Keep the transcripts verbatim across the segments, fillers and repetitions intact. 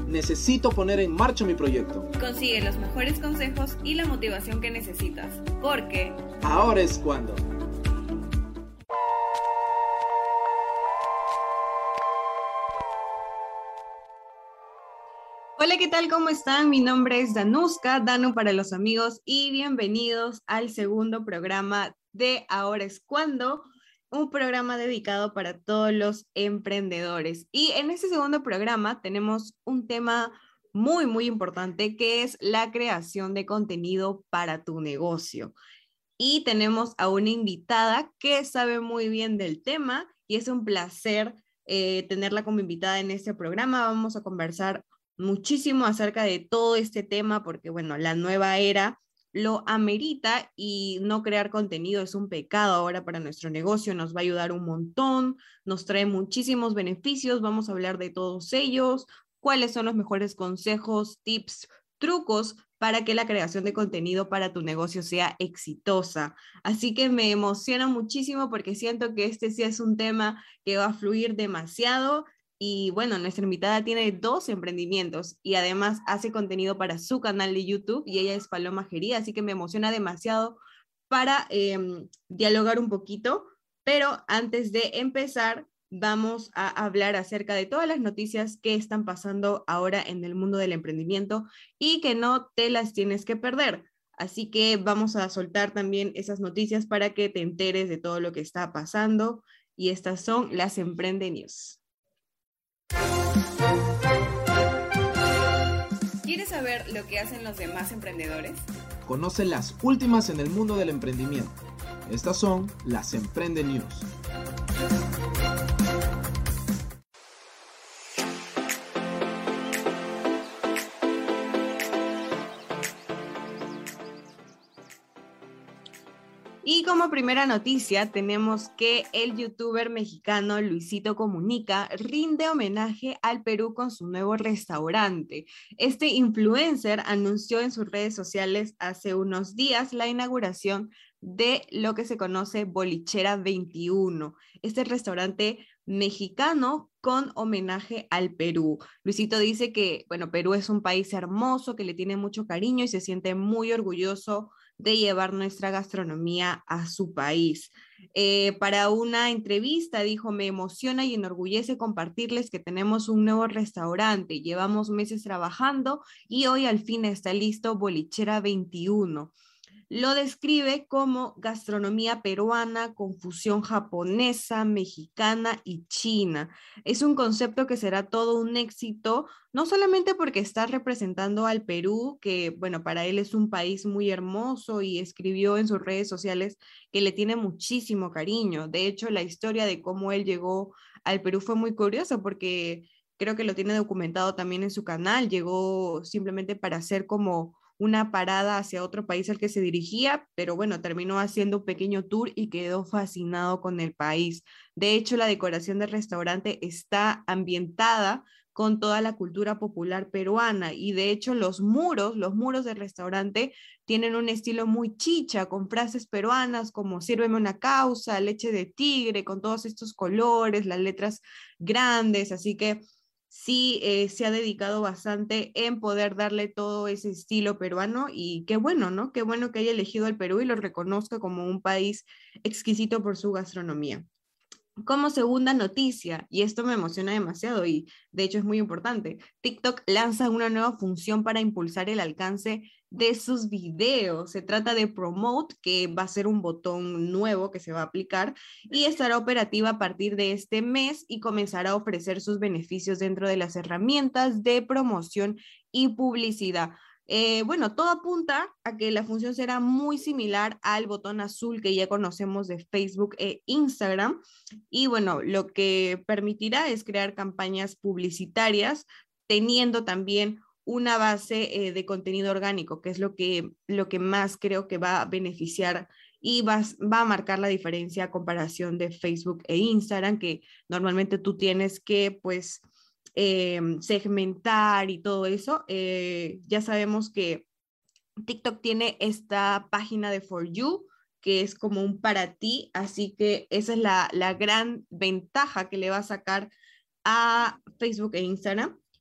necesito poner en marcha mi proyecto. Consigue los mejores consejos y la motivación que necesitas, porque ahora es cuando. Hola, ¿qué tal? ¿Cómo están? Mi nombre es Danuska, Danu para los amigos, y bienvenidos al segundo programa de Ahora es Cuando, un programa dedicado para todos los emprendedores. Y en este segundo programa tenemos un tema muy, muy importante, que es la creación de contenido para tu negocio. Y tenemos a una invitada que sabe muy bien del tema y es un placer eh, tenerla como invitada en este programa. Vamos a conversar muchísimo acerca de todo este tema porque, bueno, la nueva era lo amerita y no crear contenido es un pecado ahora para nuestro negocio. Nos va a ayudar un montón, nos trae muchísimos beneficios. Vamos a hablar de todos ellos, cuáles son los mejores consejos, tips, trucos para que la creación de contenido para tu negocio sea exitosa. Así que me emociona muchísimo porque siento que este sí es un tema que va a fluir demasiado. Y bueno, nuestra invitada tiene dos emprendimientos y además hace contenido para su canal de YouTube y ella es Paloma Gería, así que me emociona demasiado para eh, dialogar un poquito. Pero antes de empezar, vamos a hablar acerca de todas las noticias que están pasando ahora en el mundo del emprendimiento y que no te las tienes que perder. Así que vamos a soltar también esas noticias para que te enteres de todo lo que está pasando. Y estas son las Emprende News. ¿Quieres saber lo que hacen los demás emprendedores? Conoce las últimas en el mundo del emprendimiento. Estas son las Emprende News. Y como primera noticia tenemos que el youtuber mexicano Luisito Comunica rinde homenaje al Perú con su nuevo restaurante. Este influencer anunció en sus redes sociales hace unos días la inauguración de lo que se conoce Bolichera veintiuno, este restaurante mexicano con homenaje al Perú. Luisito dice que, bueno, Perú es un país hermoso, que le tiene mucho cariño y se siente muy orgulloso de llevar nuestra gastronomía a su país. Eh, para una entrevista dijo: me emociona y enorgullece compartirles que tenemos un nuevo restaurante. Llevamos meses trabajando y hoy al fin está listo Bolichera veintiuno. Lo describe como gastronomía peruana con fusión japonesa, mexicana y china. Es un concepto que será todo un éxito, no solamente porque está representando al Perú, que bueno, para él es un país muy hermoso y escribió en sus redes sociales que le tiene muchísimo cariño. De hecho, la historia de cómo él llegó al Perú fue muy curiosa porque creo que lo tiene documentado también en su canal. Llegó simplemente para hacer como una parada hacia otro país al que se dirigía, pero bueno, terminó haciendo un pequeño tour y quedó fascinado con el país. De hecho, la decoración del restaurante está ambientada con toda la cultura popular peruana y de hecho los muros, los muros del restaurante tienen un estilo muy chicha, con frases peruanas como sírveme una causa, leche de tigre, con todos estos colores, las letras grandes, así que sí eh, se ha dedicado bastante en poder darle todo ese estilo peruano y qué bueno, ¿no? Qué bueno que haya elegido al Perú y lo reconozca como un país exquisito por su gastronomía. Como segunda noticia, y esto me emociona demasiado y de hecho es muy importante, TikTok lanza una nueva función para impulsar el alcance de sus videos. Se trata de Promote, que va a ser un botón nuevo que se va a aplicar y estará operativa a partir de este mes y comenzará a ofrecer sus beneficios dentro de las herramientas de promoción y publicidad. Eh, bueno, todo apunta a que la función será muy similar al botón azul que ya conocemos de Facebook e Instagram. Y bueno, lo que permitirá es crear campañas publicitarias teniendo también una base eh, de contenido orgánico, que es lo que, lo que más creo que va a beneficiar y va, va a marcar la diferencia a comparación de Facebook e Instagram, que normalmente tú tienes que, pues, eh, segmentar y todo eso. Eh, ya sabemos que TikTok tiene esta página de For You, que es como un para ti, así que esa es la, la gran ventaja que le va a sacar a Facebook e Instagram.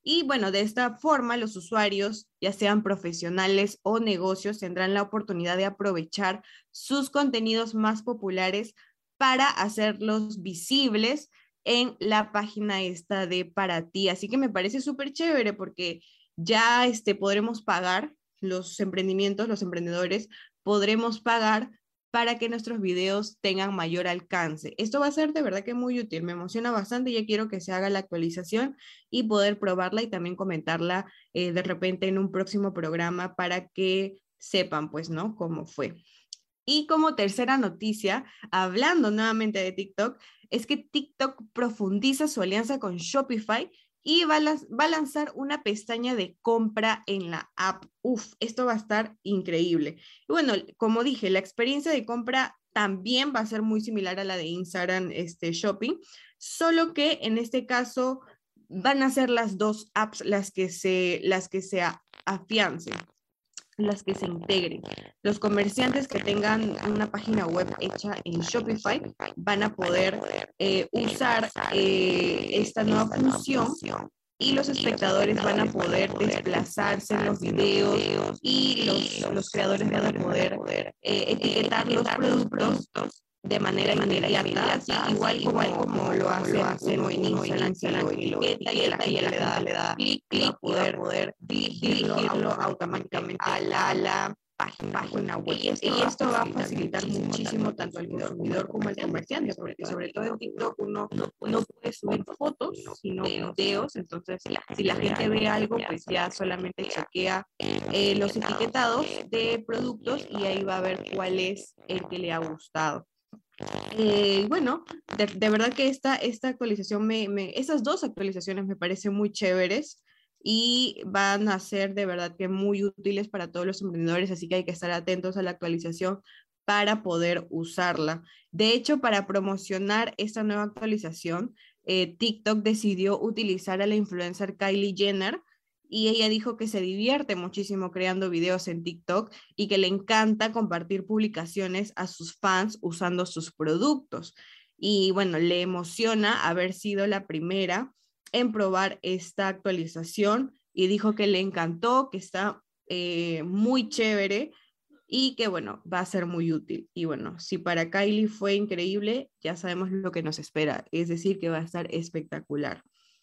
Y bueno, de esta forma los usuarios, ya sean profesionales o negocios, tendrán la oportunidad de aprovechar sus contenidos más populares para hacerlos visibles en la página esta de Para Ti. Así que me parece súper chévere porque ya este, podremos pagar, los emprendimientos, los emprendedores, podremos pagar para que nuestros videos tengan mayor alcance. Esto va a ser de verdad que muy útil, me emociona bastante, ya quiero que se haga la actualización y poder probarla y también comentarla eh, de repente en un próximo programa para que sepan, pues, ¿no? Cómo fue. Y como tercera noticia, hablando nuevamente de TikTok, es que TikTok profundiza su alianza con Shopify y va a, las, va a lanzar una pestaña de compra en la app. Uf, esto va a estar increíble. Y bueno, como dije, la experiencia de compra también va a ser muy similar a la de Instagram este, Shopping, solo que en este caso van a ser las dos apps las que se, las que se afiancen, las que se integren. Los comerciantes que tengan una página web hecha en Shopify van a poder eh, usar eh, esta nueva función y los espectadores van a poder desplazarse en los videos y los, los creadores van a poder eh, etiquetar los productos de manera inmediata, igual como, como lo hacen en Instagram, que lo etiqueta y la gente le da, le da clic para poder, poder dirigirlo, dirigirlo automáticamente a la, a la página, página web. Y esto, y esto va a facilitar muchísimo tanto al consumidor como al comerciante, porque sobre todo en TikTok uno no puede subir fotos, sino videos. Entonces, si la gente ve algo, pues ya solamente chequea eh, los etiquetados de productos y ahí va a ver cuál es el que le ha gustado. Eh, bueno, de, de verdad que esta, esta actualización, me, me, esas dos actualizaciones me parecen muy chéveres y van a ser de verdad que muy útiles para todos los emprendedores, así que hay que estar atentos a la actualización para poder usarla. De hecho, para promocionar esta nueva actualización, eh, TikTok decidió utilizar a la influencer Kylie Jenner, y ella dijo que se divierte muchísimo creando videos en TikTok y que le encanta compartir publicaciones a sus fans usando sus productos. Y bueno, le emociona haber sido la primera en probar esta actualización y dijo que le encantó, que está eh, muy chévere y que bueno, va a ser muy útil. Y bueno, si para Kylie fue increíble, ya sabemos lo que nos espera, es decir, que va a estar espectacular.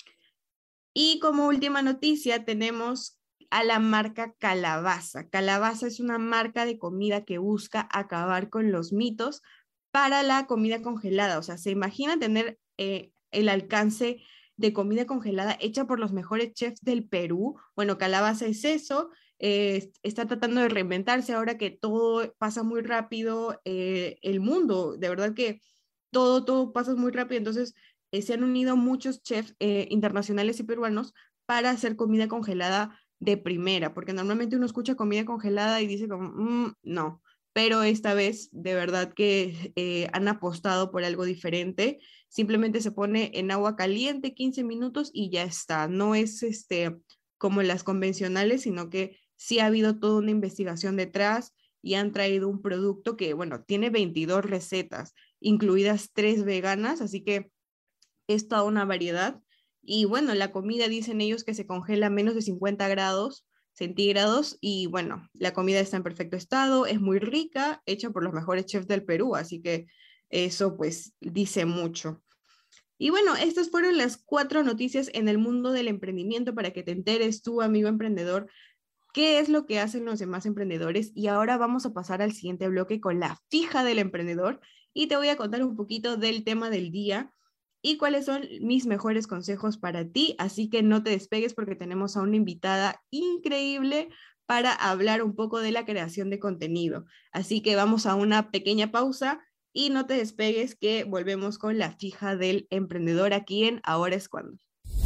Y como última noticia tenemos a la marca Calabaza. Calabaza es una marca de comida que busca acabar con los mitos para la comida congelada. O sea, ¿se imagina tener eh, el alcance de comida congelada hecha por los mejores chefs del Perú? Bueno, Calabaza es eso. Eh, está tratando de reinventarse ahora que todo pasa muy rápido. Eh, el mundo, de verdad que todo, todo pasa muy rápido. Entonces, Eh, se han unido muchos chefs eh, internacionales y peruanos para hacer comida congelada de primera, porque normalmente uno escucha comida congelada y dice como, mmm, no, pero esta vez de verdad que eh, han apostado por algo diferente. Simplemente se pone en agua caliente quince minutos y ya está. No es este, como las convencionales, sino que sí ha habido toda una investigación detrás y han traído un producto que, bueno, tiene veintidós recetas, incluidas tres veganas, así que es toda una variedad. Y bueno, la comida dicen ellos que se congela a menos de cincuenta grados centígrados y bueno, la comida está en perfecto estado, es muy rica, hecha por los mejores chefs del Perú, así que eso pues dice mucho. Y bueno, estas fueron las cuatro noticias en el mundo del emprendimiento para que te enteres tú, amigo emprendedor, qué es lo que hacen los demás emprendedores. Y ahora vamos a pasar al siguiente bloque con la fija del emprendedor y te voy a contar un poquito del tema del día y cuáles son mis mejores consejos para ti. Así que no te despegues porque tenemos a una invitada increíble para hablar un poco de la creación de contenido. Así que vamos a una pequeña pausa y no te despegues que volvemos con la fija del emprendedor aquí en Ahora es Cuando.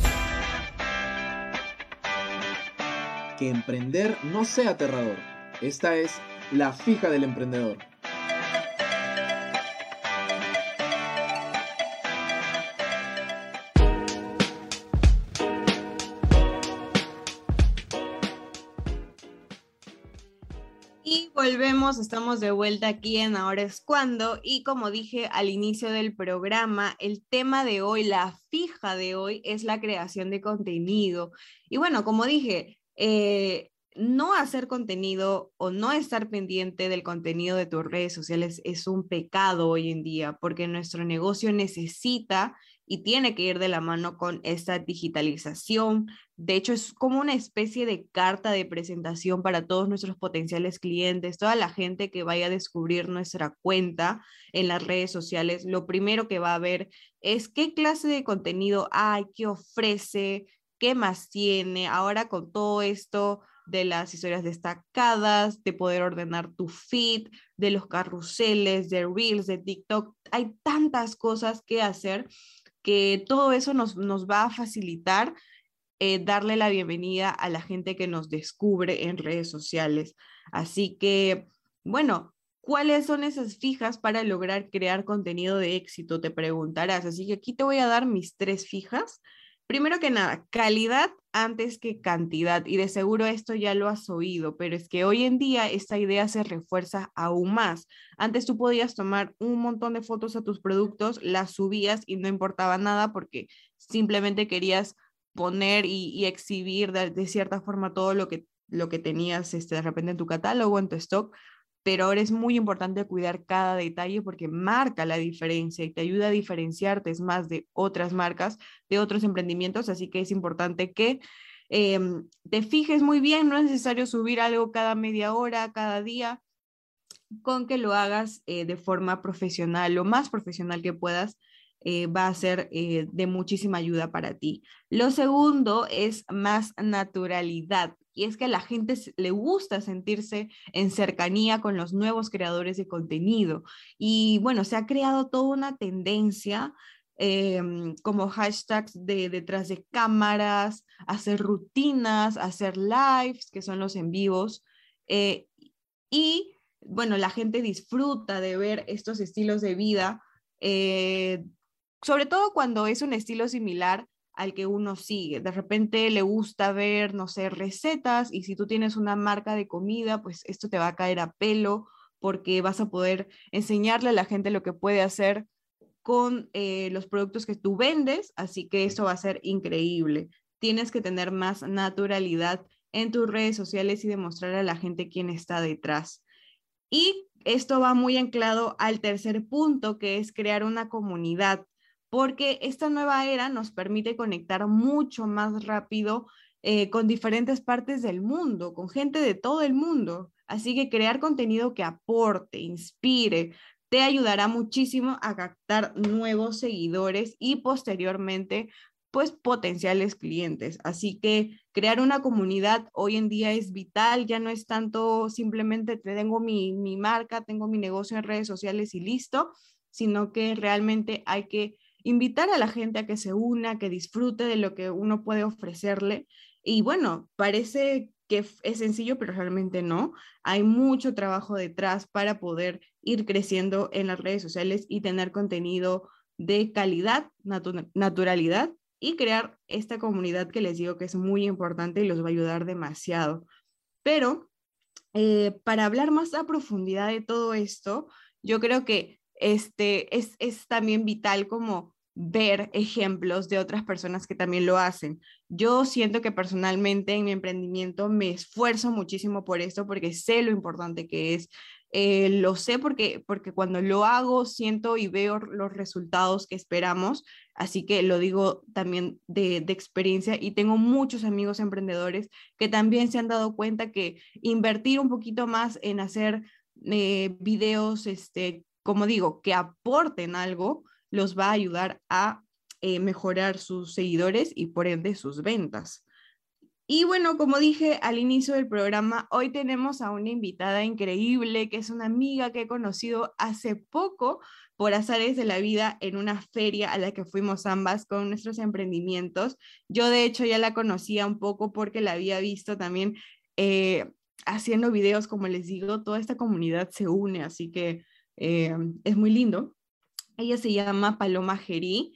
Que emprender no sea aterrador. Esta es la fija del emprendedor. Y volvemos, estamos de vuelta aquí en Ahora es Cuando, y como dije al inicio del programa, el tema de hoy, la fija de hoy, es la creación de contenido. Y bueno, como dije, eh, no hacer contenido o no estar pendiente del contenido de tus redes sociales es un pecado hoy en día, porque nuestro negocio necesita y tiene que ir de la mano con esta digitalización. De hecho, es como una especie de carta de presentación para todos nuestros potenciales clientes, toda la gente que vaya a descubrir nuestra cuenta en las redes sociales. Lo primero que va a ver es qué clase de contenido hay, qué ofrece, qué más tiene. Ahora con todo esto de las historias destacadas, de poder ordenar tu feed, de los carruseles, de Reels, de TikTok, hay tantas cosas que hacer que todo eso nos, nos va a facilitar eh, darle la bienvenida a la gente que nos descubre en redes sociales. Así que, bueno, ¿cuáles son esas fijas para lograr crear contenido de éxito? Te preguntarás. Así que aquí te voy a dar mis tres fijas. Primero que nada, calidad antes que cantidad. Y de seguro esto ya lo has oído, pero es que hoy en día esta idea se refuerza aún más. Antes tú podías tomar un montón de fotos a tus productos, las subías y no importaba nada porque simplemente querías poner y, y exhibir de, de, cierta forma todo lo que, lo que tenías este, de repente en tu catálogo, en tu stock, pero ahora es muy importante cuidar cada detalle porque marca la diferencia y te ayuda a diferenciarte es más de otras marcas, de otros emprendimientos, así que es importante que eh, te fijes muy bien, no es necesario subir algo cada media hora, cada día, con que lo hagas eh, de forma profesional, lo más profesional que puedas, eh, va a ser eh, de muchísima ayuda para ti. Lo segundo es más naturalidad. Y es que a la gente le gusta sentirse en cercanía con los nuevos creadores de contenido. Y bueno, se ha creado toda una tendencia eh, como hashtags de detrás de cámaras, hacer rutinas, hacer lives, que son los en vivos. Eh, y bueno, la gente disfruta de ver estos estilos de vida, eh, sobre todo cuando es un estilo similar al que uno sigue. De repente le gusta ver, no sé, recetas, y si tú tienes una marca de comida, pues esto te va a caer a pelo porque vas a poder enseñarle a la gente lo que puede hacer con eh, los productos que tú vendes, así que esto va a ser increíble. Tienes que tener más naturalidad en tus redes sociales y demostrar a la gente quién está detrás. Y esto va muy anclado al tercer punto, que es crear una comunidad, porque esta nueva era nos permite conectar mucho más rápido eh, con diferentes partes del mundo, con gente de todo el mundo. Así que crear contenido que aporte, inspire, te ayudará muchísimo a captar nuevos seguidores y posteriormente pues potenciales clientes. Así que crear una comunidad hoy en día es vital, ya no es tanto simplemente tengo mi, mi marca, tengo mi negocio en redes sociales y listo, sino que realmente hay que invitar a la gente a que se una, que disfrute de lo que uno puede ofrecerle. Y bueno, parece que es sencillo, pero realmente no. Hay mucho trabajo detrás para poder ir creciendo en las redes sociales y tener contenido de calidad, natu- naturalidad y crear esta comunidad que les digo que es muy importante y los va a ayudar demasiado. Pero eh, para hablar más a profundidad de todo esto, yo creo que este es, es también vital como ver ejemplos de otras personas que también lo hacen. Yo siento que personalmente en mi emprendimiento me esfuerzo muchísimo por esto porque sé lo importante que es. Eh, lo sé porque, porque cuando lo hago siento y veo los resultados que esperamos, así que lo digo también de, de experiencia y tengo muchos amigos emprendedores que también se han dado cuenta que invertir un poquito más en hacer eh, videos, este, como digo, que aporten algo, los va a ayudar a eh, mejorar sus seguidores y por ende sus ventas. Y bueno, como dije al inicio del programa, hoy tenemos a una invitada increíble, que es una amiga que he conocido hace poco por azares de la vida en una feria a la que fuimos ambas con nuestros emprendimientos. Yo de hecho ya la conocía un poco porque la había visto también eh, haciendo videos, como les digo, toda esta comunidad se une, así que eh, es muy lindo. Ella se llama Paloma Gerí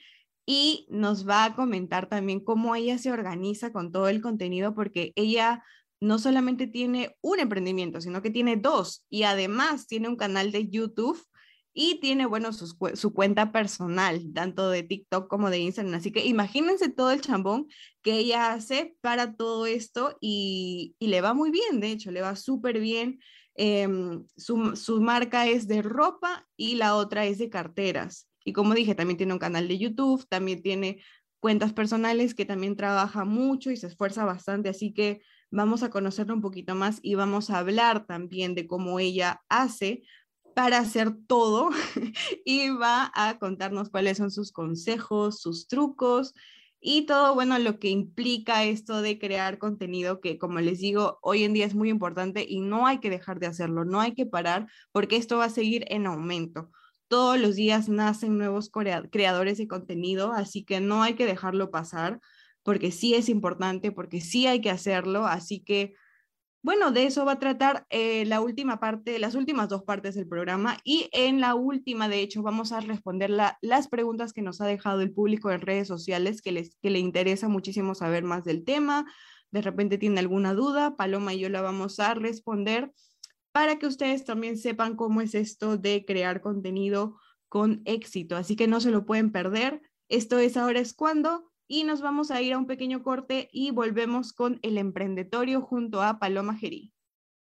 y nos va a comentar también cómo ella se organiza con todo el contenido, porque ella no solamente tiene un emprendimiento, sino que tiene dos, y además tiene un canal de YouTube y tiene, bueno, sus, su cuenta personal, tanto de TikTok como de Instagram. Así que imagínense todo el chambón que ella hace para todo esto y, y le va muy bien, de hecho, le va súper bien. Eh, su, su marca es de ropa y la otra es de carteras. Y como dije, también tiene un canal de YouTube, también tiene cuentas personales que también trabaja mucho y se esfuerza bastante, así que vamos a conocerla un poquito más y vamos a hablar también de cómo ella hace para hacer todo y va a contarnos cuáles son sus consejos, sus trucos y todo, bueno, lo que implica esto de crear contenido que, como les digo, hoy en día es muy importante y no hay que dejar de hacerlo, no hay que parar porque esto va a seguir en aumento. Todos los días nacen nuevos creadores de contenido, así que no hay que dejarlo pasar porque sí es importante, porque sí hay que hacerlo, así que bueno, de eso va a tratar eh, la última parte, las últimas dos partes del programa y en la última, de hecho, vamos a responder la, las preguntas que nos ha dejado el público en redes sociales, que, les, que le interesa muchísimo saber más del tema. De repente tiene alguna duda, Paloma y yo la vamos a responder para que ustedes también sepan cómo es esto de crear contenido con éxito. Así que no se lo pueden perder. Esto es Ahora es Cuando. Y nos vamos a ir a un pequeño corte y volvemos con El Emprendetorio junto a Paloma Gerí.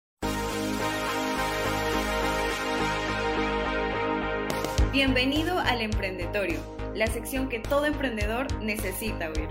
Bienvenido al Emprendetorio, la sección que todo emprendedor necesita oír.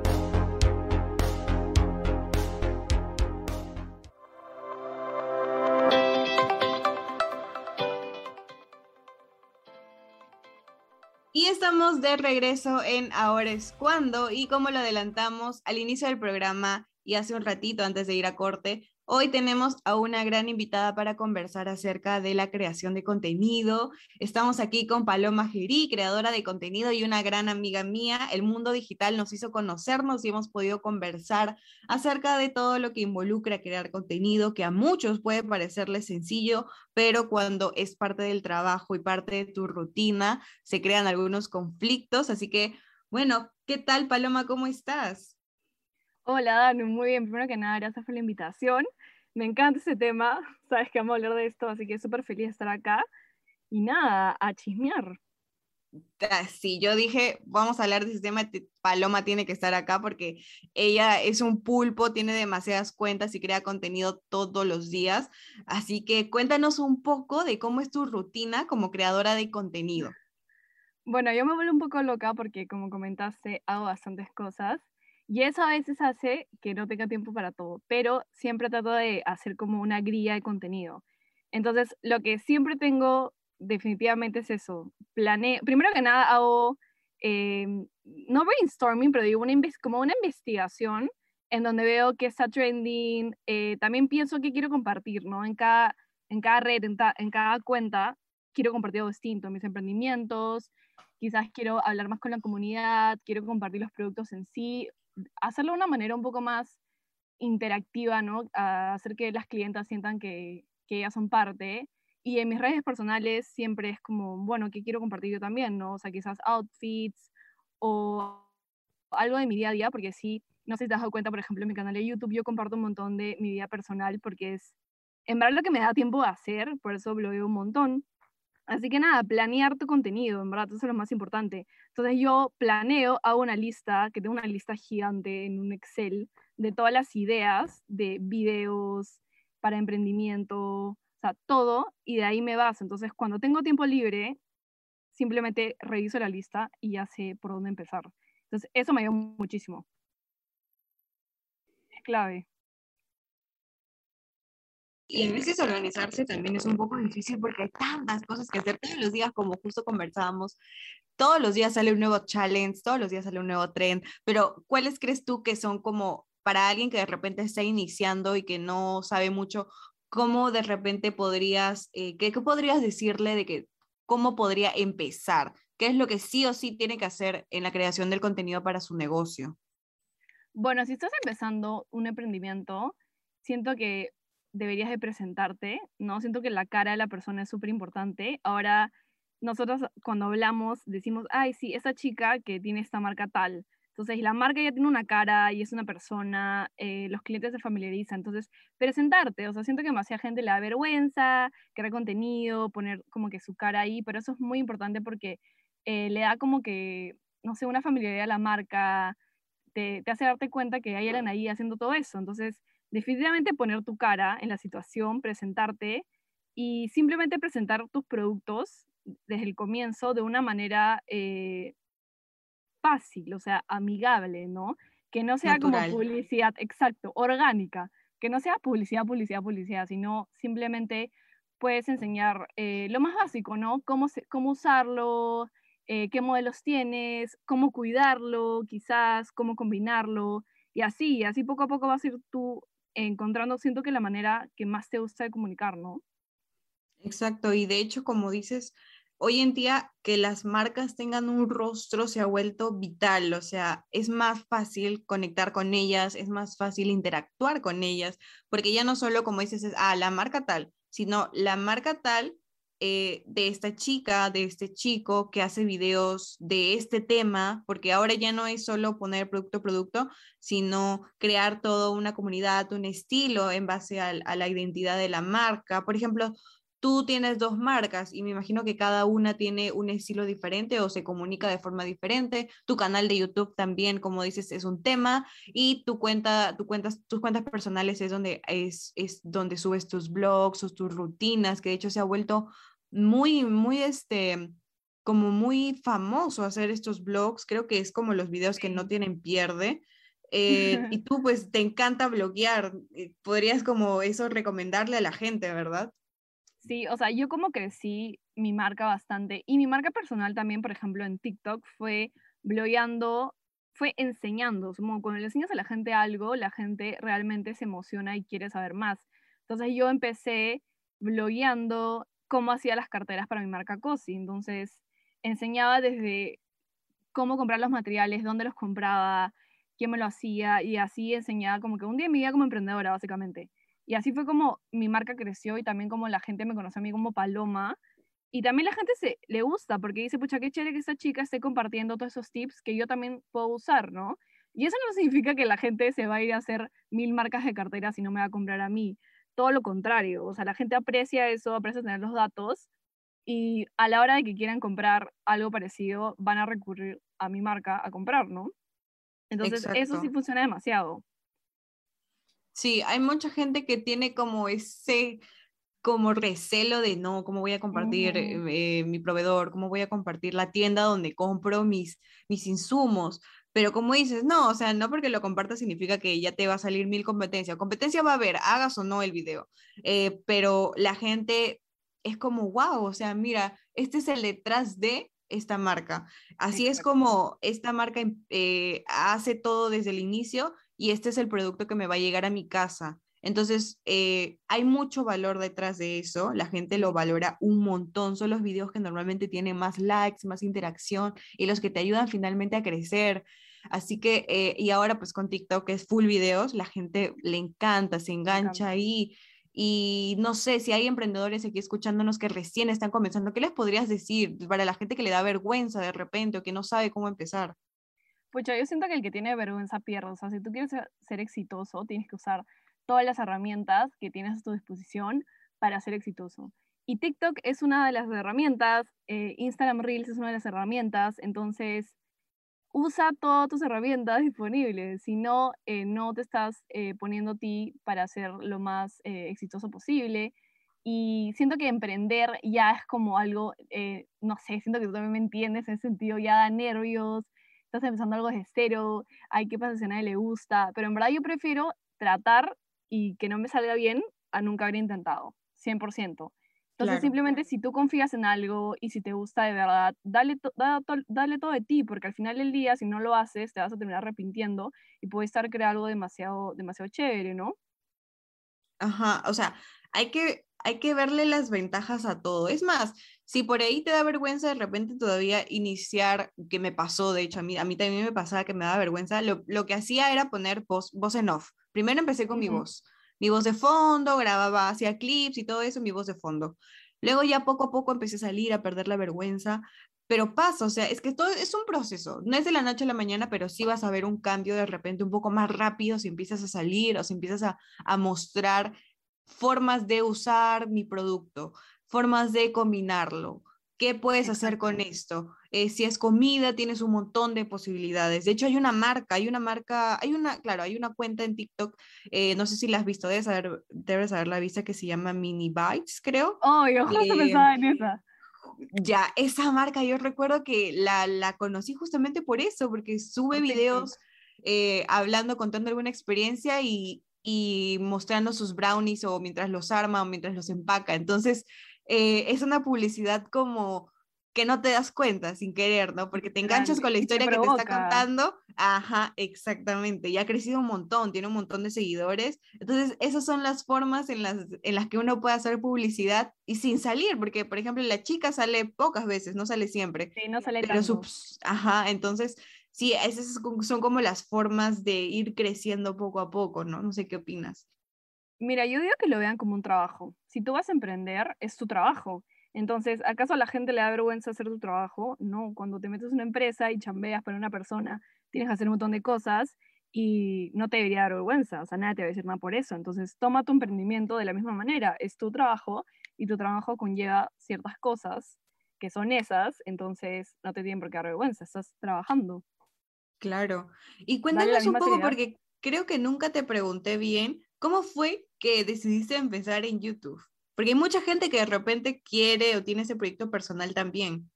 Y estamos de regreso en Ahora es Cuando, y como lo adelantamos al inicio del programa y hace un ratito antes de ir a corte, hoy tenemos a una gran invitada para conversar acerca de la creación de contenido. Estamos aquí con Paloma Gerí, creadora de contenido y una gran amiga mía. El mundo digital nos hizo conocernos y hemos podido conversar acerca de todo lo que involucra crear contenido, que a muchos puede parecerles sencillo, pero cuando es parte del trabajo y parte de tu rutina, se crean algunos conflictos. Así que, bueno, ¿qué tal, Paloma? ¿Cómo estás? Hola, Danu, muy bien. Primero que nada, gracias por la invitación. Me encanta ese tema, sabes que vamos a hablar de esto, así que súper feliz de estar acá. Y nada, a chismear. Sí, yo dije, vamos a hablar de ese tema, Paloma tiene que estar acá porque ella es un pulpo, tiene demasiadas cuentas y crea contenido todos los días. Así que cuéntanos un poco de cómo es tu rutina como creadora de contenido. Bueno, yo me vuelvo un poco loca porque, como comentaste, hago bastantes cosas. Y eso a veces hace que no tenga tiempo para todo, pero siempre trato de hacer como una grilla de contenido. Entonces, lo que siempre tengo definitivamente es eso. Planeo, primero que nada hago, eh, no brainstorming, pero digo una como una investigación en donde veo qué está trending. Eh, también pienso qué quiero compartir, ¿no? En cada, en cada red, en, ta, en cada cuenta, quiero compartir algo distinto, mis emprendimientos, quizás quiero hablar más con la comunidad, quiero compartir los productos en sí, hacerlo de una manera un poco más interactiva, ¿no? A hacer que las clientas sientan que, que ellas son parte. Y en mis redes personales siempre es como, bueno, ¿qué quiero compartir yo también, no? O sea, quizás outfits o algo de mi día a día, porque sí, no sé si te has dado cuenta, por ejemplo, en mi canal de YouTube yo comparto un montón de mi vida personal porque es, en verdad, lo que me da tiempo de hacer, por eso blogueo un montón. Así que nada, planear tu contenido, en verdad, eso es lo más importante. Entonces yo planeo, hago una lista, que tengo una lista gigante en un Excel, de todas las ideas de videos para emprendimiento, o sea, todo, y de ahí me baso. Entonces cuando tengo tiempo libre, simplemente reviso la lista y ya sé por dónde empezar. Entonces eso me ayuda muchísimo. Es clave. Y a veces organizarse también es un poco difícil porque hay tantas cosas que hacer todos los días, como justo conversábamos. Todos los días sale un nuevo challenge, todos los días sale un nuevo trend, pero ¿cuáles crees tú que son como para alguien que de repente está iniciando y que no sabe mucho, cómo de repente podrías, eh, ¿qué, qué podrías decirle de que cómo podría empezar? ¿Qué es lo que sí o sí tiene que hacer en la creación del contenido para su negocio? Bueno, si estás empezando un emprendimiento, siento que deberías de presentarte, ¿no? Siento que la cara de la persona es súper importante. Ahora, nosotros cuando hablamos decimos, ay, sí, esa chica que tiene esta marca tal, Entonces, la marca ya tiene una cara y es una persona, eh, los clientes se familiarizan. Entonces, presentarte, o sea, siento que demasiada gente le da vergüenza, crear contenido, poner como que su cara ahí, pero eso es muy importante porque eh, le da como que, no sé, una familiaridad a la marca, te, te hace darte cuenta que hay alguien ahí haciendo todo eso. Entonces, definitivamente poner tu cara en la situación, presentarte y simplemente presentar tus productos desde el comienzo de una manera eh, fácil, o sea, amigable, ¿no? Que no sea como Natural. publicidad, exacto, orgánica, que no sea publicidad, publicidad, publicidad, sino simplemente puedes enseñar eh, lo más básico, ¿no? Cómo, se- cómo usarlo, eh, qué modelos tienes, cómo cuidarlo, quizás, cómo combinarlo, y así, y así poco a poco vas a ir tú encontrando, siento que la manera que más te gusta de comunicar, ¿no? Exacto, y de hecho, como dices, hoy en día que las marcas tengan un rostro se ha vuelto vital, o sea, es más fácil conectar con ellas, es más fácil interactuar con ellas, porque ya no solo, como dices, es, ah, la marca tal, sino la marca tal eh, de esta chica, de este chico que hace videos de este tema, porque ahora ya no es solo poner producto, producto, sino crear toda una comunidad, un estilo en base al- a la identidad de la marca. Por ejemplo, tú tienes dos marcas y me imagino que cada una tiene un estilo diferente o se comunica de forma diferente. Tu canal de YouTube también, como dices, es un tema y tu cuenta, tu cuentas, tus cuentas personales es donde, es, es donde subes tus blogs o tus rutinas, que de hecho se ha vuelto muy, muy, este, como muy famoso hacer estos blogs. Creo que es como los videos que no Sí. tienen pierde. Eh, y tú pues te encanta bloguear. Eh, Podrías como eso recomendarle a la gente, ¿verdad? Sí, o sea, yo como crecí mi marca bastante y mi marca personal también, por ejemplo, en TikTok fue blogueando, fue enseñando, como cuando le enseñas a la gente algo, la gente realmente se emociona y quiere saber más. Entonces yo empecé blogueando cómo hacía las carteras para mi marca Cosi, entonces enseñaba desde cómo comprar los materiales, dónde los compraba, quién me lo hacía, y así enseñaba como que un día en mi vida como emprendedora, básicamente. Y así fue como mi marca creció y también como la gente me conoce a mí como Paloma. Y también la gente se, le gusta porque dice, pucha, qué chévere que esta chica esté compartiendo todos esos tips que yo también puedo usar, ¿no? Y eso no significa que la gente se va a ir a hacer mil marcas de carteras y no me va a comprar a mí. Todo lo contrario, o sea, la gente aprecia eso, aprecia tener los datos y a la hora de que quieran comprar algo parecido, van a recurrir a mi marca a comprar, ¿no? Entonces, eso sí Exacto. funciona demasiado. Sí, hay mucha gente que tiene como ese como recelo de no, cómo voy a compartir Ujú. eh, eh, mi proveedor, cómo voy a compartir la tienda donde compro mis, mis insumos. Pero como dices, no, o sea, no porque lo compartas significa que ya te va a salir mil competencias. Competencia va a haber, hagas o no el video. Eh, pero la gente es como, wow, o sea, mira, este es el detrás de esta marca. Así es Exacto. como esta marca eh, hace todo desde el inicio y este es el producto que me va a llegar a mi casa. Entonces, eh, hay mucho valor detrás de eso, la gente lo Sí. valora un montón, son los videos que normalmente tienen más likes, más interacción y los que te ayudan finalmente a crecer. Así que, eh, y ahora pues con TikTok es full videos, la gente le encanta, se Me engancha encanta. ahí. Y no sé si hay emprendedores aquí escuchándonos que recién están comenzando, ¿qué les podrías decir para la gente que le da vergüenza de repente o que no sabe cómo empezar? Pucha, yo siento que el que tiene vergüenza pierde. O sea, si tú quieres ser, ser exitoso, tienes que usar todas las herramientas que tienes a tu disposición para ser exitoso. Y TikTok es una de las herramientas, eh, Instagram Reels es una de las herramientas, entonces usa todas tus herramientas disponibles, si no, eh, no te estás eh, poniendo a ti para ser lo más eh, exitoso posible. Y siento que emprender ya es como algo, eh, no sé, siento que tú también me entiendes en ese sentido, ya da nervios, estás empezando algo desde cero, hay qué pasa si a nadie le gusta, pero en verdad yo prefiero tratar y que no me salga bien a nunca haber intentado, cien por ciento. Entonces, Claro. simplemente si tú confías en algo y si te gusta de verdad, dale, to- da to- dale todo de ti, porque al final del día, si no lo haces, te vas a terminar arrepintiendo y puede estar creando algo demasiado, demasiado chévere, ¿no? Ajá, o sea, hay que, hay que verle las ventajas a todo. Es más, si por ahí te da vergüenza de repente todavía iniciar, que me pasó, de hecho, a mí, a mí también me pasaba que me daba vergüenza, lo, lo que hacía era poner voz, voz en off. Primero empecé con mi Ujú. voz, mi voz de fondo, grababa, hacía clips y todo eso, mi voz de fondo. Luego ya poco a poco empecé a salir, a perder la vergüenza, pero pasa, o sea, es que todo es un proceso, no es de la noche a la mañana, pero sí vas a ver un cambio de repente un poco más rápido si empiezas a salir o si empiezas a, a mostrar formas de usar mi producto, formas de combinarlo. ¿Qué puedes hacer Exacto. con esto? Eh, si es comida, tienes un montón de posibilidades. De hecho, hay una marca, hay una marca, hay una, claro, hay una cuenta en TikTok, eh, no sé si la has visto, debes, haber, debes haberla visto, que se llama Mini Bites, creo. Oh, yo justo Eh, pensaba en esa. ya, esa marca yo recuerdo que la, la conocí justamente por eso, porque sube Por TikTok. videos eh, hablando, contando alguna experiencia y, y mostrando sus brownies o mientras los arma o mientras los empaca. Entonces, eh, es una publicidad como que no te das cuenta sin querer, ¿no? Porque te enganchas Literal. con la Y te historia que te está provoca. contando. Ajá, exactamente. Y ha crecido un montón, tiene un montón de seguidores. Entonces, esas son las formas en las, en las que uno puede hacer publicidad y sin salir, porque, por ejemplo, la chica sale pocas veces, no sale siempre, Sí, no sale pero tanto. sus, ajá, entonces, sí, esas son como las formas de ir creciendo poco a poco, ¿no? No sé qué opinas. Mira, yo digo que lo vean como un trabajo. Si tú vas a emprender, es tu trabajo. Entonces, ¿acaso a la gente le da vergüenza hacer tu trabajo? No, cuando te metes en una empresa y chambeas para una persona, tienes que hacer un montón de cosas y no te debería dar vergüenza, o sea, nadie te va a decir nada por eso. Entonces, toma tu emprendimiento de la misma manera, es tu trabajo y tu trabajo conlleva ciertas cosas que son esas, entonces no te tienen por qué dar vergüenza, estás trabajando. Claro. Y Dale la cuéntanos un misma poco, seriedad. porque creo que nunca te pregunté bien, ¿cómo fue que decidiste empezar en YouTube? Porque hay mucha gente que de repente quiere o tiene ese proyecto personal también.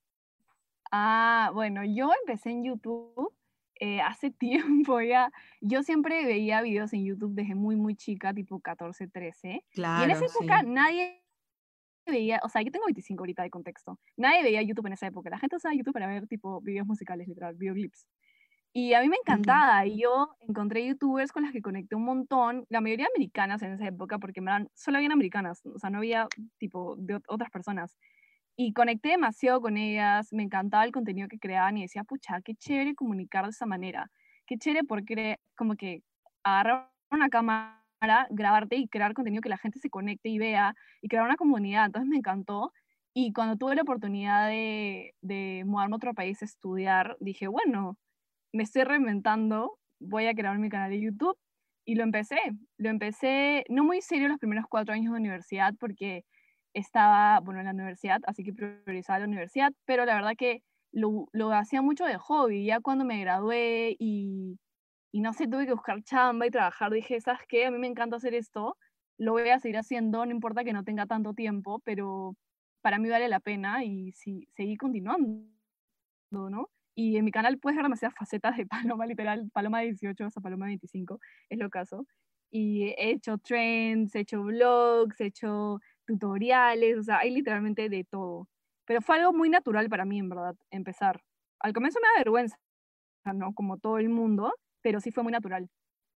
Ah, bueno, yo empecé en YouTube eh, hace tiempo ya. Yo siempre veía videos en YouTube desde muy, muy chica, tipo catorce, trece. Y en esa Claro, época sí. nadie veía, o sea, yo tengo veinticinco ahorita de contexto. Nadie veía YouTube en esa época. La gente usaba YouTube para ver tipo videos musicales, literal, videoclips. Y a mí me Ujú. encantaba. Y yo encontré YouTubers con las que conecté un montón. La mayoría americanas en esa época, porque en verdad solo habían americanas. O sea, no había tipo de ot- otras personas. Y conecté demasiado con ellas, me encantaba el contenido que creaban y decía, pucha, qué chévere comunicar de esa manera, qué chévere porque como que agarrar una cámara, grabarte y crear contenido que la gente se conecte y vea y crear una comunidad, entonces me encantó. Y cuando tuve la oportunidad de, de mudarme a otro país a estudiar, dije, bueno, me estoy reinventando, voy a crear mi canal de YouTube y lo empecé. Lo empecé no muy serio los primeros cuatro años de universidad porque estaba, bueno, en la universidad, así que priorizaba la universidad, pero la verdad que lo, lo hacía mucho de hobby. Ya cuando me gradué y, y no sé, tuve que buscar chamba y trabajar, dije, ¿sabes qué? A mí me encanta hacer esto, lo voy a seguir haciendo, no importa que no tenga tanto tiempo, pero para mí vale la pena y sí, seguí continuando, ¿no? Y en mi canal puedes ver demasiadas facetas de Paloma, literal, Paloma dieciocho hasta Paloma veinticinco, es lo caso. Y he hecho trends, he hecho vlogs, he hecho tutoriales, o sea, hay literalmente de todo. Pero fue algo muy natural para mí, en verdad, empezar. Al comienzo me da vergüenza, ¿no? Como todo el mundo, pero sí fue muy natural.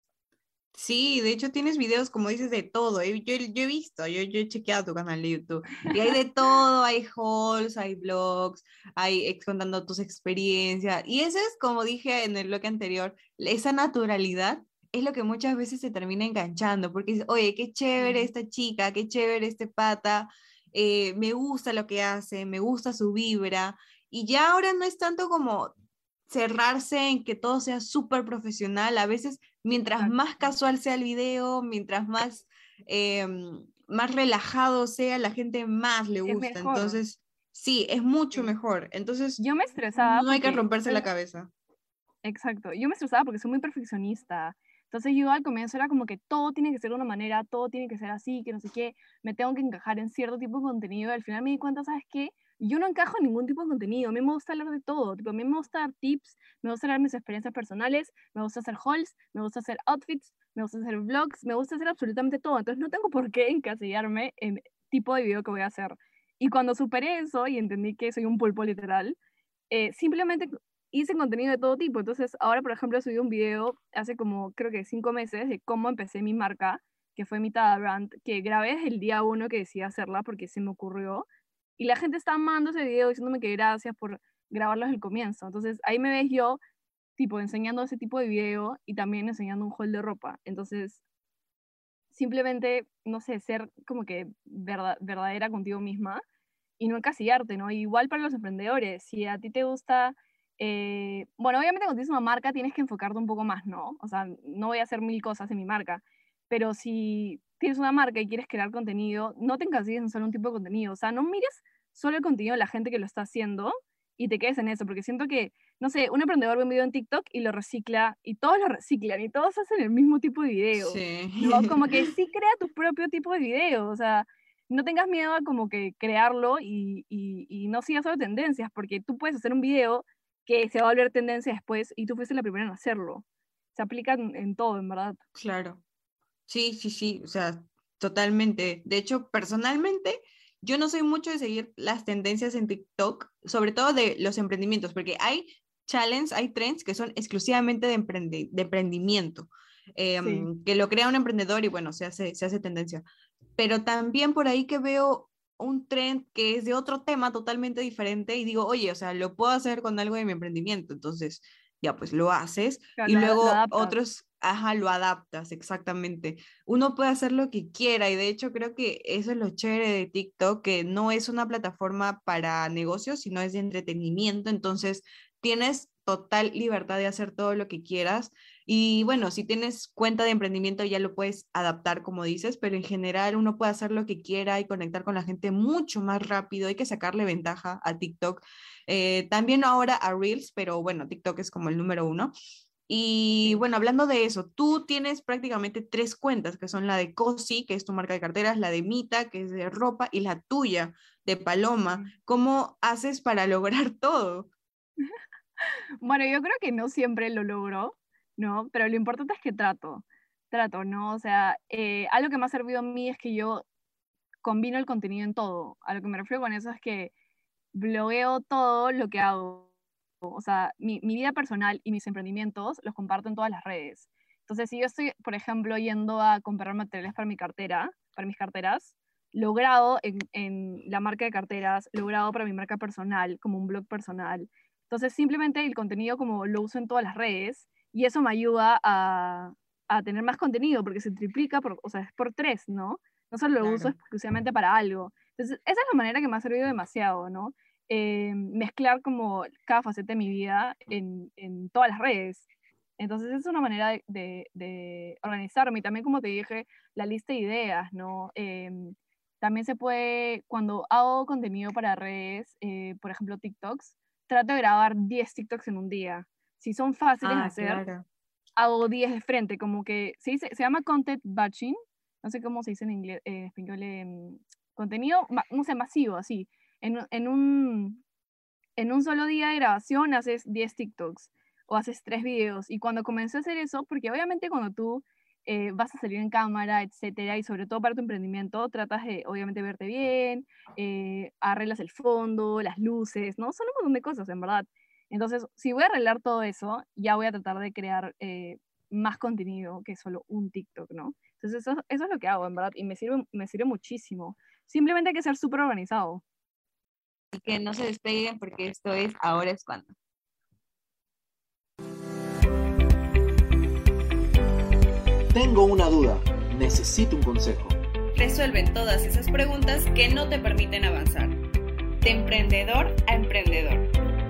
Sí, de hecho tienes videos, como dices, de todo. eh, Yo, yo he visto, yo, yo he chequeado tu canal de YouTube. Y hay de todo, hay hauls, hay vlogs, hay ex contando tus experiencias. Y eso es, como dije en el bloque anterior, esa naturalidad es lo que muchas veces se termina enganchando, porque dices, oye, qué chévere Sí, esta chica, qué chévere este pata, eh, me gusta lo que hace, me gusta su vibra. Y ya ahora no es tanto como cerrarse en que todo sea súper profesional. A veces mientras más exacto. casual sea el video, mientras más, eh, más relajado sea, la gente más le Es gusta. mejor. Entonces, sí, es mucho Sí. mejor. Entonces, Yo me estresaba no hay que porque romperse soy la cabeza. exacto. Yo me estresaba porque soy muy perfeccionista. Entonces yo al comienzo era como que todo tiene que ser de una manera, todo tiene que ser así, que no sé qué, me tengo que encajar en cierto tipo de contenido. Y al final me di cuenta, ¿sabes qué? Yo no encajo en ningún tipo de contenido. A mí me gusta hablar de todo. Tipo, a mí me gusta dar tips, me gusta dar mis experiencias personales, me gusta hacer hauls, me gusta hacer outfits, me gusta hacer vlogs, me gusta hacer absolutamente todo. Entonces no tengo por qué encasillarme en tipo de video que voy a hacer. Y cuando superé eso y entendí que soy un pulpo literal, eh, simplemente hice contenido de todo tipo. Entonces, ahora, por ejemplo, subí un video hace como, creo que cinco meses, de cómo empecé mi marca, que fue mitad brand, que grabé desde el día uno que decidí hacerla porque se me ocurrió. Y la gente está amando ese video, diciéndome que gracias por grabarlo desde el comienzo. Entonces, ahí me ves yo, tipo, enseñando ese tipo de video y también enseñando un haul de ropa. Entonces, simplemente, no sé, ser como que verdad, verdadera contigo misma y no encasillarte, ¿no? Igual para los emprendedores, si a ti te gusta, eh, bueno, obviamente cuando tienes una marca tienes que enfocarte un poco más, ¿no? O sea, no voy a hacer mil cosas en mi marca, pero si tienes una marca y quieres crear contenido, no te encasilles en solo un tipo de contenido, o sea, no mires solo el contenido de la gente que lo está haciendo y te quedes en eso, porque siento que, no sé, un emprendedor ve un video en TikTok y lo recicla, y todos lo reciclan, y todos hacen el mismo tipo de video, Sí. ¿no? Como que sí crea tu propio tipo de video, o sea, no tengas miedo a como que crearlo y, y, y no sigas solo tendencias, porque tú puedes hacer un video que se va a volver tendencia después y tú fuiste la primera en hacerlo. Se aplica en, en todo, en verdad. Claro. Sí, sí, sí, o sea, totalmente. De hecho, personalmente, yo no soy mucho de seguir las tendencias en TikTok, sobre todo de los emprendimientos, porque hay challenges, hay trends que son exclusivamente de, emprendi- de emprendimiento, Sí. em, que lo crea un emprendedor y bueno, se hace, se hace tendencia. Pero también por ahí que veo un trend que es de otro tema totalmente diferente y digo, oye, o sea, lo puedo hacer con algo de mi emprendimiento, entonces ya pues lo haces Claro, y lo, ad- lo luego adaptas. otros, ajá, lo adaptas, exactamente. Uno puede hacer lo que quiera y de hecho creo que eso es lo chévere de TikTok, que no es una plataforma para negocios, sino es de entretenimiento, entonces tienes total libertad de hacer todo lo que quieras. Y bueno, si tienes cuenta de emprendimiento ya lo puedes adaptar, como dices, pero en general uno puede hacer lo que quiera y conectar con la gente mucho más rápido. Hay que sacarle ventaja a TikTok. Eh, también ahora a Reels, pero bueno, TikTok es como el número uno. Y Sí. bueno, hablando de eso, tú tienes prácticamente tres cuentas, que son la de Cosi, que es tu marca de carteras, la de Mita, que es de ropa, y la tuya, de Paloma. Sí. ¿Cómo haces para lograr todo? Bueno, yo creo que no siempre lo logro, ¿no? Pero lo importante es que trato, trato, ¿no? O sea, eh, algo que me ha servido a mí es que yo combino el contenido en todo. A lo que me refiero con eso es que blogueo todo lo que hago. O sea, mi, mi vida personal y mis emprendimientos los comparto en todas las redes. Entonces, si yo estoy, por ejemplo, yendo a comprar materiales para mi cartera, para mis carteras, lo grabo en, en la marca de carteras, lo grabo para mi marca personal, como un blog personal. Entonces, simplemente el contenido como lo uso en todas las redes y eso me ayuda a, a tener más contenido porque se triplica, por, o sea, es por tres, ¿no? No solo lo uso Claro. exclusivamente para algo. Entonces, esa es la manera que me ha servido demasiado, ¿no? Eh, mezclar como cada faceta de mi vida en, en todas las redes. Entonces es una manera de, de, de organizarme. Y también, como te dije, la lista de ideas, ¿no? Eh, también se puede, cuando hago contenido para redes, eh, por ejemplo TikToks, trato de grabar diez TikToks en un día. Si son fáciles de Ah, hacer, claro. hago diez de frente, como que se, dice, se llama content batching, no sé cómo se dice en inglés, en español, em, contenido, ma- no sé, masivo, así. En, un- en, un, en un solo día de grabación haces diez TikToks o haces tres videos. Y cuando comencé a hacer eso, porque obviamente cuando tú eh, vas a salir en cámara, etcétera, y sobre todo para tu emprendimiento, tratas de obviamente verte bien, eh, arreglas el fondo, las luces, ¿no? Son un montón de cosas, en verdad. Entonces, si voy a arreglar todo eso, ya voy a tratar de crear eh, más contenido que solo un TikTok, ¿no? Entonces, eso, eso es lo que hago, en verdad, y me sirve, me sirve muchísimo. Simplemente hay que ser súper organizado. Que no se despeguen porque esto es Ahora es cuando. Tengo una duda, necesito un consejo. Resuelven todas esas preguntas que no te permiten avanzar. De emprendedor a emprendedor.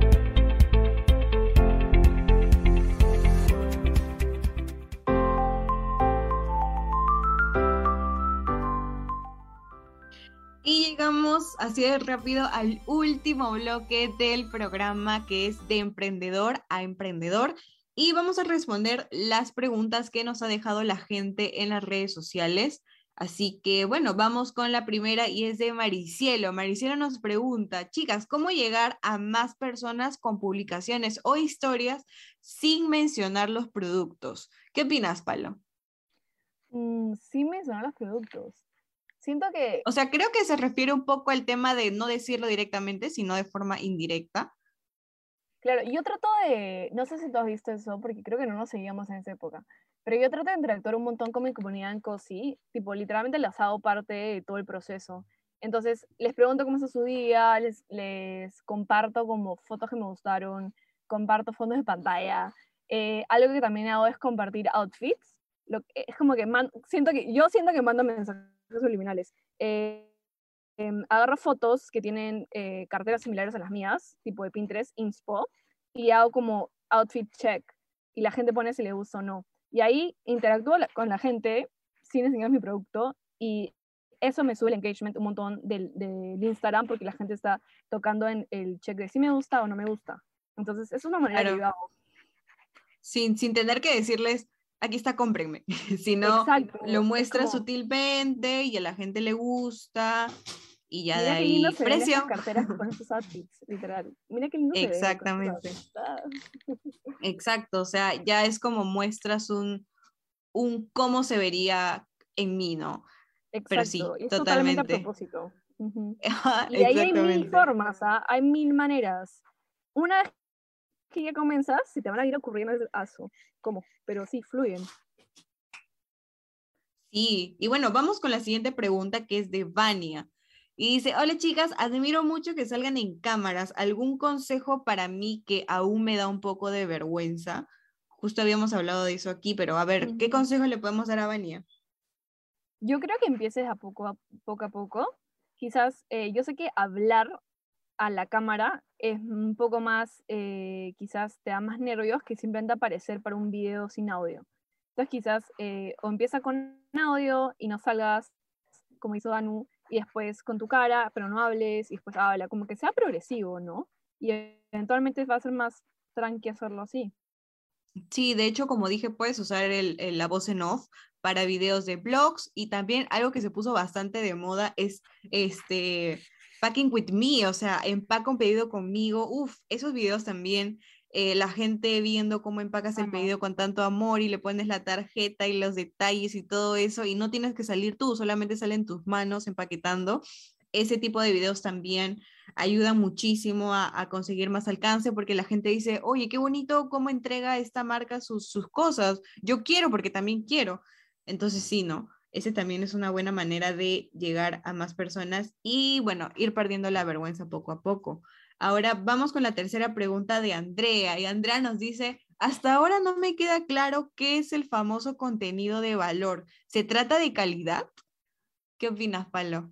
Y llegamos así de rápido al último bloque del programa, que es de emprendedor a emprendedor. Y vamos a responder las preguntas que nos ha dejado la gente en las redes sociales. Así que bueno, vamos con la primera y es de Maricielo. Maricielo nos pregunta, chicas, ¿cómo llegar a más personas con publicaciones o historias sin mencionar los productos? ¿Qué opinas, Palo? Mm, sí mencionar los productos. Siento que, O sea, creo que se refiere un poco al tema de no decirlo directamente, sino de forma indirecta. claro, yo trato de, no sé si tú has visto eso, porque creo que no nos seguíamos en esa época, pero yo trato de interactuar un montón con mi comunidad en COSI, tipo, literalmente las hago parte de todo el proceso. Entonces, les pregunto cómo está su día, les, les comparto como fotos que me gustaron, comparto fondos de pantalla. Eh, algo que también hago es compartir outfits. Lo, es como que man, siento que, yo siento que mando mensajes subliminales. Eh, em, agarro fotos que tienen eh, carteras similares a las mías, tipo de Pinterest, Inspo, y hago como outfit check, y la gente pone si le gusta o no. Y ahí interactúo la- con la gente sin enseñar mi producto, y eso me sube el engagement un montón del, del Instagram, porque la gente está tocando en el check de si me gusta o no me gusta. Entonces, es una manera que Claro, yo hago. sin, sin tener que decirles, aquí está, cómprenme, sino Exacto. lo Es muestra como, sutilmente y a la gente le gusta y ya de mira qué lindo ahí se ven estas precio. carteras con estos outfits, literal. Mira qué lindo se ve. Con Exactamente, estas- ah. exacto, o sea, ya es como muestras un, un cómo se vería en mí, ¿no? Pero Exacto. sí, Y es totalmente a totalmente. propósito. Ujú. Ajá, Y de ahí hay mil exactamente. formas, ¿ah? Hay mil maneras. Una vez que ya comienzas, se te van a ir ocurriendo el aso. ¿Cómo? Pero sí, fluyen. Sí, y bueno, vamos con la siguiente pregunta que es de Vania. Y dice, hola chicas, admiro mucho que salgan en cámaras. ¿Algún consejo para mí que aún me da un poco de vergüenza? Justo habíamos hablado de eso aquí, pero a ver, ¿qué Ujú. consejo le podemos dar a Vania? Yo creo que empieces a poco a poco. A poco. Quizás, eh, yo sé que hablar a la cámara es un poco más, eh, quizás te da más nervios que simplemente aparecer para un video sin audio. Entonces quizás eh, o empieza con audio y no salgas como hizo Danu, y después con tu cara, pero no hables, y después habla, como que sea progresivo, ¿no? Y eventualmente va a ser más tranqui hacerlo así. Sí, de hecho, como dije, puedes usar el, el- la voz en off para videos de blogs y también algo que se puso bastante de moda es este packing with me, o sea, empaca un pedido conmigo. Uf, esos videos también, eh, la gente viendo cómo empacas el Amo. pedido con tanto amor y le pones la tarjeta y los detalles y todo eso y no tienes que salir tú, solamente salen tus manos empaquetando. Ese tipo de videos también ayuda muchísimo a, a conseguir más alcance porque la gente dice, oye, qué bonito cómo entrega esta marca sus, sus cosas. Yo quiero porque también quiero. Entonces, sí, ¿no? Ese también es una buena manera de llegar a más personas y, bueno, ir perdiendo la vergüenza poco a poco. Ahora vamos con la tercera pregunta de Andrea. Y Andrea nos dice, hasta ahora no me queda claro qué es el famoso contenido de valor. ¿Se trata de calidad? ¿Qué opinas, Palo?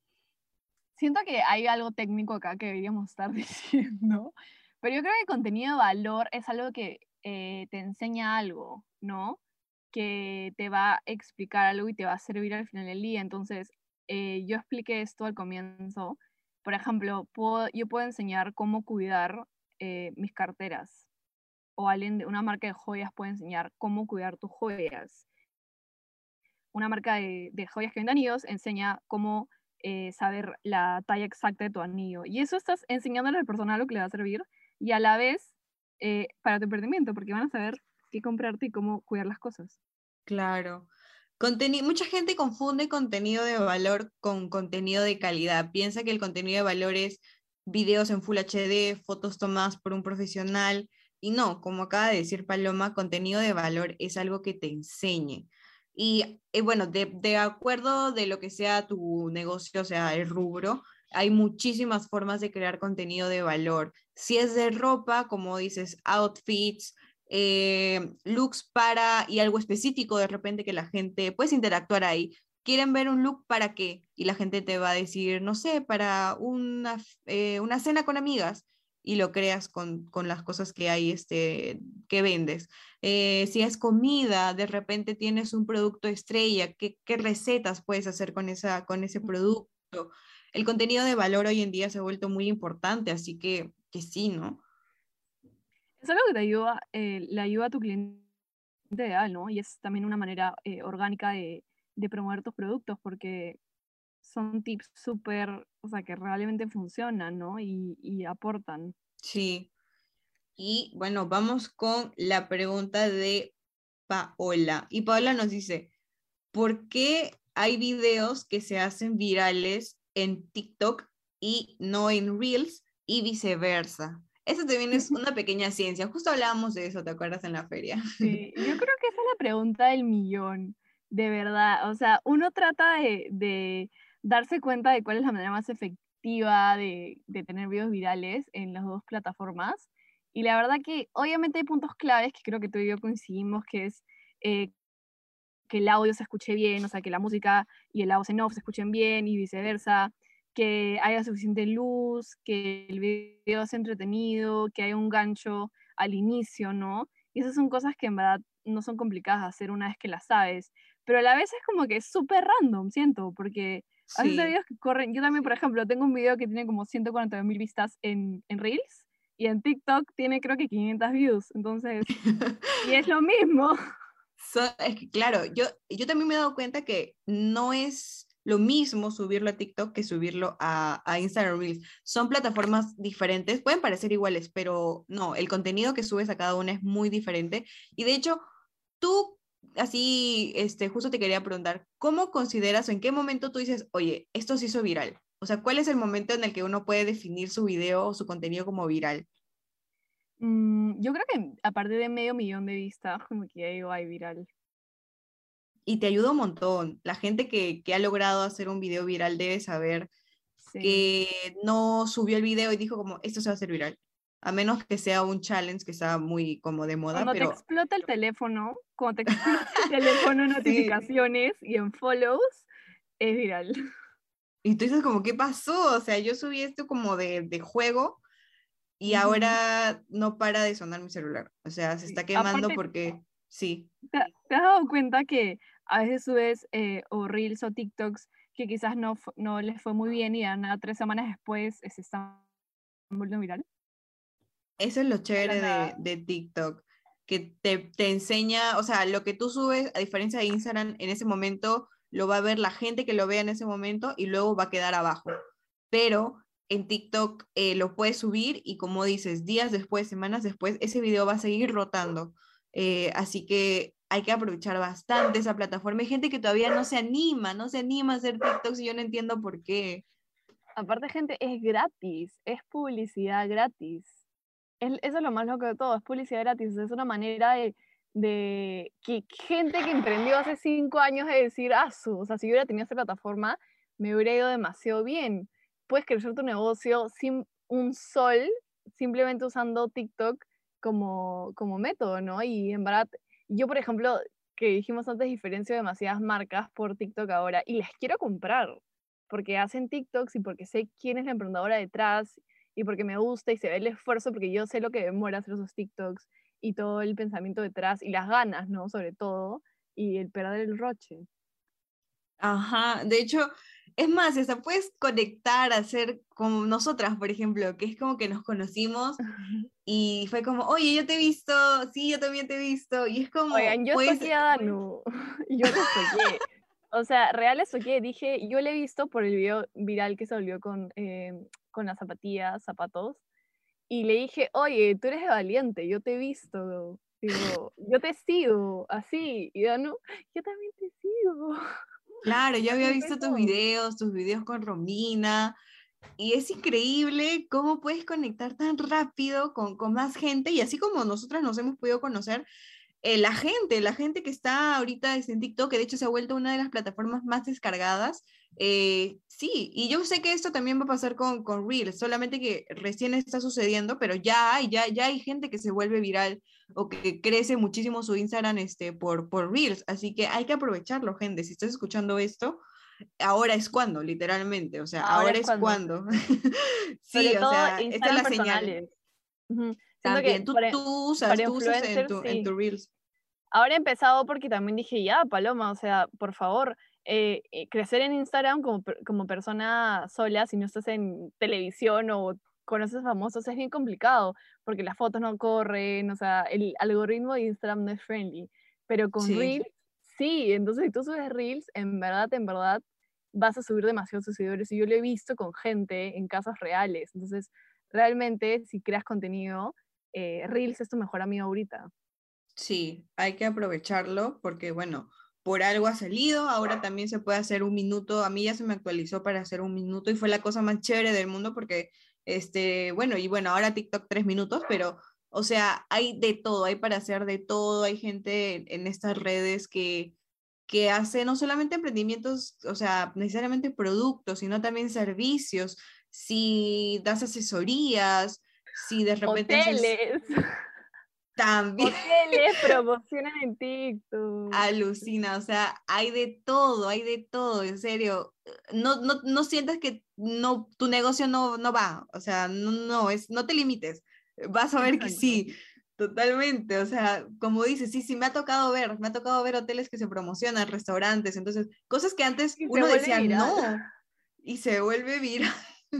Siento que hay algo técnico acá que deberíamos estar diciendo, pero yo creo que el contenido de valor es algo que eh, te enseña algo, ¿no? Que te va a explicar algo y te va a servir al final del día. Entonces, eh, yo expliqué esto al comienzo. Por ejemplo, puedo- yo puedo enseñar cómo cuidar eh, mis carteras, o alguien de una marca de joyas puede enseñar cómo cuidar tus joyas. Una marca de, de joyas que vende anillos enseña cómo eh, saber la talla exacta de tu anillo. Y eso estás enseñándole al personal lo que le va a servir y a la vez eh, para tu emprendimiento, porque van a saber qué comprarte y cómo cuidar las cosas. Claro. Conteni- mucha gente confunde contenido de valor con contenido de calidad. Piensa que el contenido de valor es videos en Full H D, fotos tomadas por un profesional. Y no, como acaba de decir Paloma, contenido de valor es algo que te enseñe. Y eh, bueno, de, de acuerdo de lo que sea tu negocio, o sea, el rubro, hay muchísimas formas de crear contenido de valor. Si es de ropa, como dices, outfits, eh, looks para y algo específico de repente que la gente, puedes interactuar ahí. ¿Quieren ver un look para qué? Y la gente te va a decir, no sé, para una, eh, una cena con amigas y lo creas con, con las cosas que hay, este, que vendes. Eh, si es comida, de repente tienes un producto estrella, ¿qué, qué recetas puedes hacer con, esa, con ese producto? El contenido de valor hoy en día se ha vuelto muy importante, así que, que sí, ¿no? Es algo que te ayuda, eh, le ayuda a tu cliente ideal, ¿no? Y es también una manera eh, orgánica de, de promover tus productos, porque son tips súper, o sea, que realmente funcionan, ¿no? Y, y aportan. Sí. Y bueno, vamos con la pregunta de Paola. Y Paola nos dice, ¿por qué hay videos que se hacen virales en TikTok y no en Reels y viceversa? Eso también es una pequeña ciencia. Justo hablábamos de eso, ¿te acuerdas en la feria? Sí, yo creo que esa es la pregunta del millón, de verdad. O sea, uno trata de, de darse cuenta de cuál es la manera más efectiva de, de tener videos virales en las dos plataformas. Y la verdad que obviamente hay puntos claves que creo que tú y yo coincidimos, que es eh, que el audio se escuche bien, o sea, que la música y el audio en off se escuchen bien y viceversa, que haya suficiente luz, que el video sea entretenido, que haya un gancho al inicio, ¿no? Y esas son cosas que en verdad no son complicadas de hacer una vez que las sabes, pero a la vez es como que es súper random, siento, porque a veces hay Sí. videos que corren, yo también, por ejemplo, tengo un video que tiene como ciento cuarenta mil vistas en, en Reels, y en TikTok tiene creo que quinientas views, entonces, y es lo mismo. So- es que, claro, yo, yo también me he dado cuenta que no es lo mismo subirlo a TikTok que subirlo a, a Instagram Reels. Son plataformas diferentes, pueden parecer iguales, pero no, el contenido que subes a cada una es muy diferente. Y de hecho, tú, así, este, justo te quería preguntar, ¿cómo consideras o en qué momento tú dices, oye, esto se hizo viral? O sea, ¿cuál es el momento en el que uno puede definir su video o su contenido como viral? Mm, yo creo que a partir de medio millón de vistas, como que ya digo, ay, viral. Y te ayuda un montón. La gente que, que ha logrado hacer un video viral debe saber Sí. que no subió el video y dijo como, esto se va a hacer viral. A menos que sea un challenge que está muy como de moda, Cuando te pero explota el teléfono, cuando te explota el teléfono en sí. notificaciones y en follows, es viral. Y tú dices como, ¿qué pasó? O sea, yo subí esto como de, de juego y Ujú, ahora no para de sonar mi celular. O sea, se sí. está quemando Aparte, porque sí. ¿te, te has dado cuenta que a veces subes eh, o Reels o TikToks que quizás no, fu- no les fue muy bien y ya nada, tres semanas después eh, se están volviendo viral? Eso es lo De la chévere de, nada. de TikTok, que te, te enseña, o sea, lo que tú subes, a diferencia de Instagram, en ese momento lo va a ver la gente que lo vea en ese momento y luego va a quedar abajo. Pero en TikTok eh, lo puedes subir y como dices, días después, semanas después, ese video va a seguir rotando. Eh, así que hay que aprovechar bastante esa plataforma. Hay gente que todavía no se anima, no se anima a hacer TikToks y yo no entiendo por qué. Aparte, gente, es gratis, es publicidad gratis. Es- eso es lo más loco de todo, es publicidad gratis, es una manera de, de que gente que emprendió hace cinco años de decir, ah, su, o sea, si yo hubiera tenido esta plataforma, me hubiera ido demasiado bien. Puedes crecer tu negocio sin un sol, simplemente usando TikTok como, como método, ¿no? Y en verdad, yo, por ejemplo, que dijimos antes, diferencio demasiadas marcas por TikTok ahora y les quiero comprar, porque hacen TikToks y porque sé quién es la emprendedora detrás y porque me gusta y se ve el esfuerzo, porque yo sé lo que demora hacer esos TikToks y todo el pensamiento detrás y las ganas, ¿no? Sobre todo, y el perder el roche. Ajá, de hecho, es más, hasta puedes conectar, hacer como nosotras, por ejemplo, que es como que nos conocimos y fue como, oye, yo te he visto, sí, yo también te he visto, y es como, Oigan, yo pues, estoqué a Danu, yo lo estoqué. O sea, real estoqué, dije, yo le he visto por el video viral que se volvió con, eh, con las zapatillas, zapatos, y le dije, oye, tú eres valiente, yo te he visto, digo, yo te sigo, así, y Danu, yo también te sigo. claro, Y yo así había visto tus empezó. videos, tus videos con Romina, y es increíble cómo puedes conectar tan rápido con, con más gente, y así como nosotras nos hemos podido conocer, eh, la gente, la gente que está ahorita es en TikTok, que de hecho se ha vuelto una de las plataformas más descargadas, eh, sí, y yo sé que esto también va a pasar con, con Reels, solamente que recién está sucediendo, pero ya hay, ya, ya hay gente que se vuelve viral o que crece muchísimo su Instagram este, por, por Reels, así que hay que aprovecharlo, gente, si estás escuchando esto, ahora es cuando, literalmente, o sea, Ahora ahora es es cuando, cuando. sobre Sí, o todo sea, esta es Instagram la señal. personales. Ujú. Siento que También, tú, para, tú usas, para tú usas en influencers, tu, en sí. tu Reels. Ahora he empezado porque también dije, ya, Paloma, o sea, por favor, eh, eh, crecer en Instagram como, per- como persona sola, si no estás en televisión o conoces famosos, es bien complicado, porque las fotos no corren, o sea, el algoritmo de Instagram no es friendly. Pero con Sí. Reels, sí, entonces si tú subes Reels, en verdad, en verdad, vas a subir demasiados seguidores. Y yo lo he visto con gente en casos reales. Entonces, realmente, si creas contenido, eh, Reels es tu mejor amigo ahorita. Sí, hay que aprovecharlo porque, bueno, por algo ha salido, ahora también se puede hacer un minuto, a mí ya se me actualizó para hacer un minuto y fue la cosa más chévere del mundo porque, este, bueno, y bueno, ahora TikTok tres minutos, pero, o sea, hay de todo, hay para hacer de todo, hay gente en, en estas redes que, que hace no solamente emprendimientos, o sea, necesariamente productos, sino también servicios, si das asesorías, si de repente haces Hoteles. También. Hoteles promocionan en TikTok. Alucina, o sea, hay de todo, hay de todo, en serio. No, no, no sientas que no, tu negocio no, no va, o sea, no, no, es, no te limites. Vas a ver que Exacto. sí, totalmente. O sea, como dices, sí, sí, me ha tocado ver, me ha tocado ver hoteles que se promocionan, restaurantes, entonces, cosas que antes Y se uno vuelve decía viral. no, y se vuelve viral.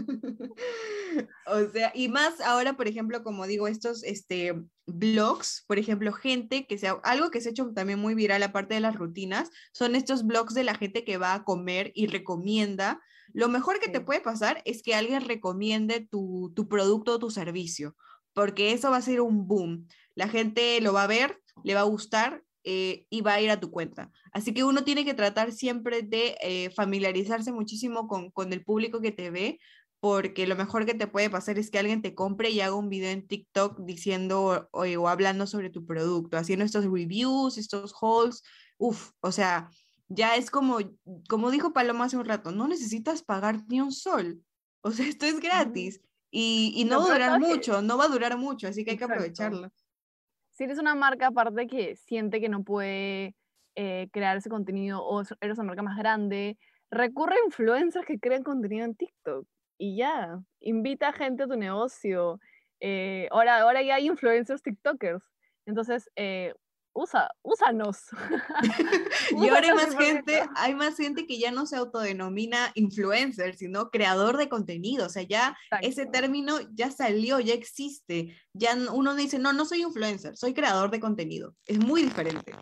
O sea, y más ahora, por ejemplo, como digo, estos este, blogs, por ejemplo, gente que sea, algo que se ha hecho también muy viral, aparte de las rutinas, son estos blogs de la gente que va a comer y recomienda. Lo mejor que te Sí. puede pasar es que alguien recomiende tu, tu producto o tu servicio, porque eso va a ser un boom. La gente lo va a ver, le va a gustar eh, y va a ir a tu cuenta. Así que uno tiene que tratar siempre de eh, familiarizarse muchísimo con, con el público que te ve, porque lo mejor que te puede pasar es que alguien te compre y haga un video en TikTok diciendo o, o hablando sobre tu producto, haciendo estos reviews, estos hauls, uff, o sea, ya es como, como dijo Paloma hace un rato, no necesitas pagar ni un sol, o sea, esto es Ujú. gratis y, y Y no lo va a peor de durar todo es que, mucho, no va a durar mucho, así que hay que exacto, aprovecharlo. si eres una marca aparte que siente que no puede eh, crear ese contenido o es- eres una marca más grande, recurre a influencers que crean contenido en TikTok y ya, invita a gente a tu negocio. Eh, ahora, ahora ya hay influencers TikTokers, entonces eh, usa, úsanos, Y ahora hay úsanos más cien por ciento. gente, hay más gente que ya no se autodenomina influencer, sino creador de contenido. O sea, ya ese Exacto. término ya salió, ya existe. Ya n- uno dice, no, no soy influencer, soy creador de contenido. Es muy diferente.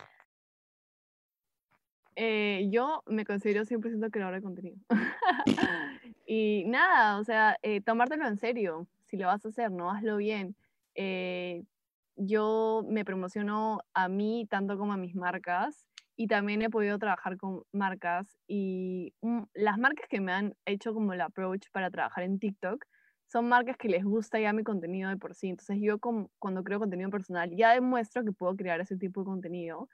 Eh, yo me considero cien por ciento creadora de contenido. Y nada, o sea, eh, tomártelo en serio. Si lo vas a hacer, no hazlo bien. Eh, yo me promociono a mí tanto como a mis marcas y también he podido trabajar con marcas y mm, las marcas que me han hecho como el approach para trabajar en TikTok son marcas que les gusta ya mi contenido de por sí. Entonces yo como, cuando creo contenido personal ya demuestro que puedo crear ese tipo de contenido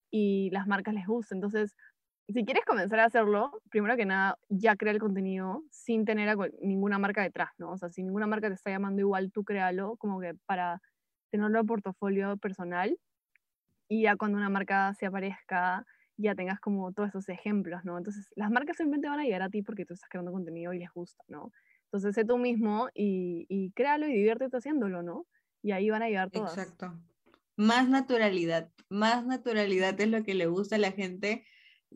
y las marcas les gusta. Entonces, si quieres comenzar a hacerlo, primero que nada, ya crea el contenido sin tener a cual- ninguna marca detrás, ¿no? O sea, si ninguna marca te está llamando igual, tú créalo como que para tenerlo en portafolio personal y ya cuando una marca se aparezca, ya tengas como todos esos ejemplos, ¿no? Entonces, las marcas simplemente van a llegar a ti porque tú estás creando contenido y les gusta, ¿no? Entonces, sé tú mismo y, y créalo y diviértete haciéndolo, ¿no? Y ahí van a llegar todas. Exacto. Más naturalidad, más naturalidad es lo que le gusta a la gente.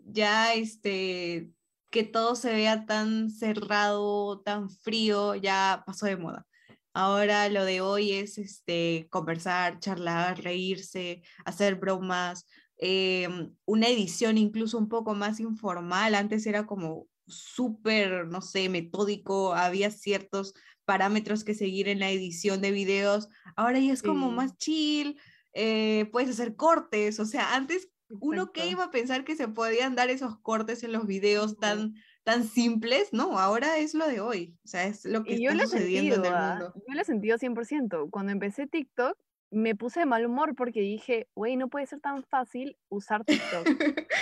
Ya este, que todo se vea tan cerrado, tan frío, ya pasó de moda. Ahora lo de hoy es este, conversar, charlar, reírse, hacer bromas, eh, una edición incluso un poco más informal. Antes era como súper, no sé, metódico, había ciertos parámetros que seguir en la edición de videos. Ahora ya es como Sí, más chill, eh, puedes hacer cortes, o sea, antes uno que exacto. iba a pensar que se podían dar esos cortes en los videos No. tan, tan simples, no, ahora es lo de hoy, o sea, es lo que Y yo está lo he sucediendo en sentido, el ¿ah? mundo. Yo lo he sentido cien por ciento. Cuando empecé TikTok, me puse de mal humor porque dije, güey, no puede ser tan fácil usar TikTok.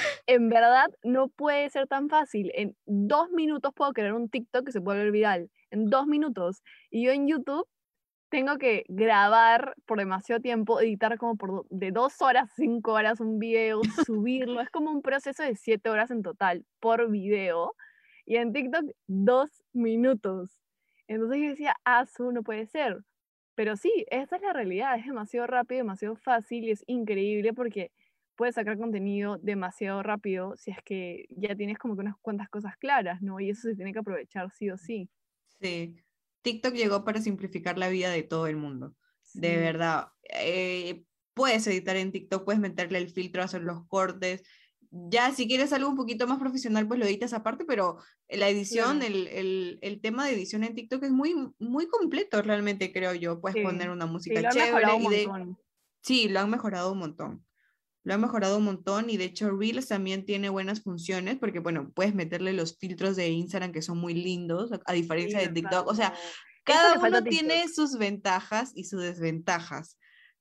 En verdad, no puede ser tan fácil. En dos minutos puedo crear un TikTok que se puede ver viral. En dos minutos. Y yo en YouTube tengo que grabar por demasiado tiempo, editar como por do- de dos horas, cinco horas un video, subirlo. Es como un proceso de siete horas en total por video. Y en TikTok, dos minutos. Entonces yo decía, ah, su, no puede ser. Pero sí, esa es la realidad. Es demasiado rápido, demasiado fácil y es increíble porque puedes sacar contenido demasiado rápido si es que ya tienes como que unas cuantas cosas claras, ¿no? Y eso se tiene que aprovechar sí o sí. Sí, TikTok llegó para simplificar la vida de todo el mundo, de Sí, verdad. Eh, puedes editar en TikTok, puedes meterle el filtro, hacer los cortes. Ya, si quieres algo un poquito más profesional, pues lo editas aparte, pero la edición, claro. el, el, el tema de edición en TikTok es muy, muy completo realmente, creo yo. Puedes poner Sí, una sí, música lo han mejorado chévere un y de... montón. Sí, lo han mejorado un montón. Lo han mejorado un montón y de hecho Reels también tiene buenas funciones porque, bueno, puedes meterle los filtros de Instagram que son muy lindos, a, a diferencia Sí, de los TikTok. O sea, amo. Eso cada le falta a uno TikTok. tiene sus ventajas y sus desventajas.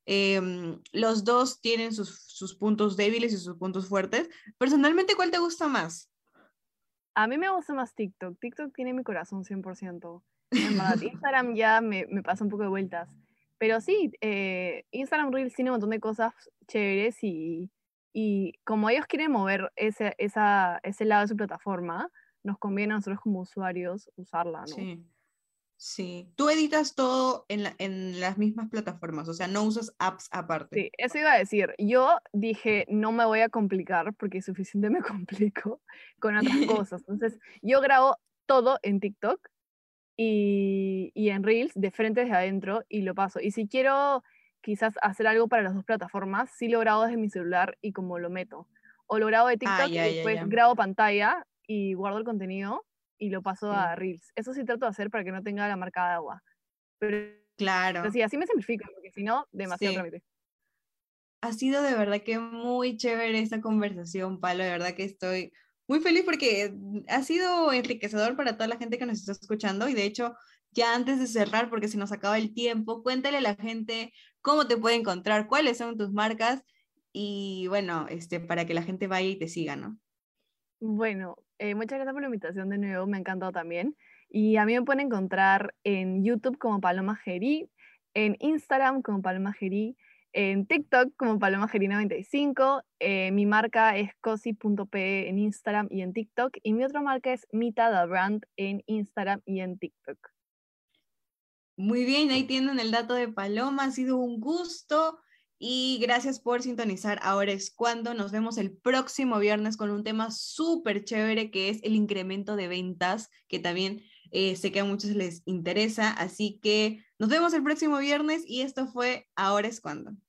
Em, los dos tienen sus, sus puntos débiles y sus puntos fuertes. Personalmente, ¿cuál te gusta más? A mí me gusta más TikTok. TikTok tiene mi corazón cien por ciento. En verdad, Instagram ya me, me pasa un poco de vueltas. Pero sí, eh, Instagram Reels tiene un montón de cosas chéveres y, y como ellos quieren mover ese, esa, ese lado de su plataforma, nos conviene a nosotros como usuarios usarla, ¿no? Sí. Sí. Tú editas todo en, la- en las mismas plataformas, o sea, no usas apps aparte. Sí, eso iba a decir. Yo dije, no me voy a complicar porque suficiente me complico con otras cosas. Entonces, yo grabo todo en TikTok y, y en Reels de frente desde adentro y lo paso. Y si quiero quizás hacer algo para las dos plataformas, sí lo grabo desde mi celular y como lo meto. O lo grabo de Ah, TikTok ya, y ya, después ya. grabo pantalla y guardo el contenido y lo paso Sí. a Reels. Eso sí trato de hacer para que no tenga la marca de agua. Pero, pero Claro. sí, así me simplifico, porque si no, demasiado Sí. trámite. Ha sido de verdad que muy chévere esta conversación, Palo. De verdad que estoy muy feliz porque ha sido enriquecedor para toda la gente que nos está escuchando. Y de hecho, ya antes de cerrar, porque se nos acaba el tiempo, cuéntale a la gente cómo te puede encontrar, cuáles son tus marcas y bueno, este, para que la gente vaya y te siga, ¿no? Bueno, eh, muchas gracias por la invitación de nuevo, me ha encantado también. Y a mí me pueden encontrar en YouTube como Paloma Gerí, en Instagram como Paloma Gerí, en TikTok como Paloma Gerí noventa y cinco. Eh, mi marca es cosi punto pe en Instagram y en TikTok. Y mi otra marca es Mita the Brand en Instagram y en TikTok. Muy bien, ahí tienen el dato de Paloma, ha sido un gusto y gracias por sintonizar. Ahora es cuando nos vemos el próximo viernes con un tema súper chévere que es el incremento de ventas, que también eh, sé que a muchos les interesa. Así que nos vemos el próximo viernes y esto fue Ahora es cuando.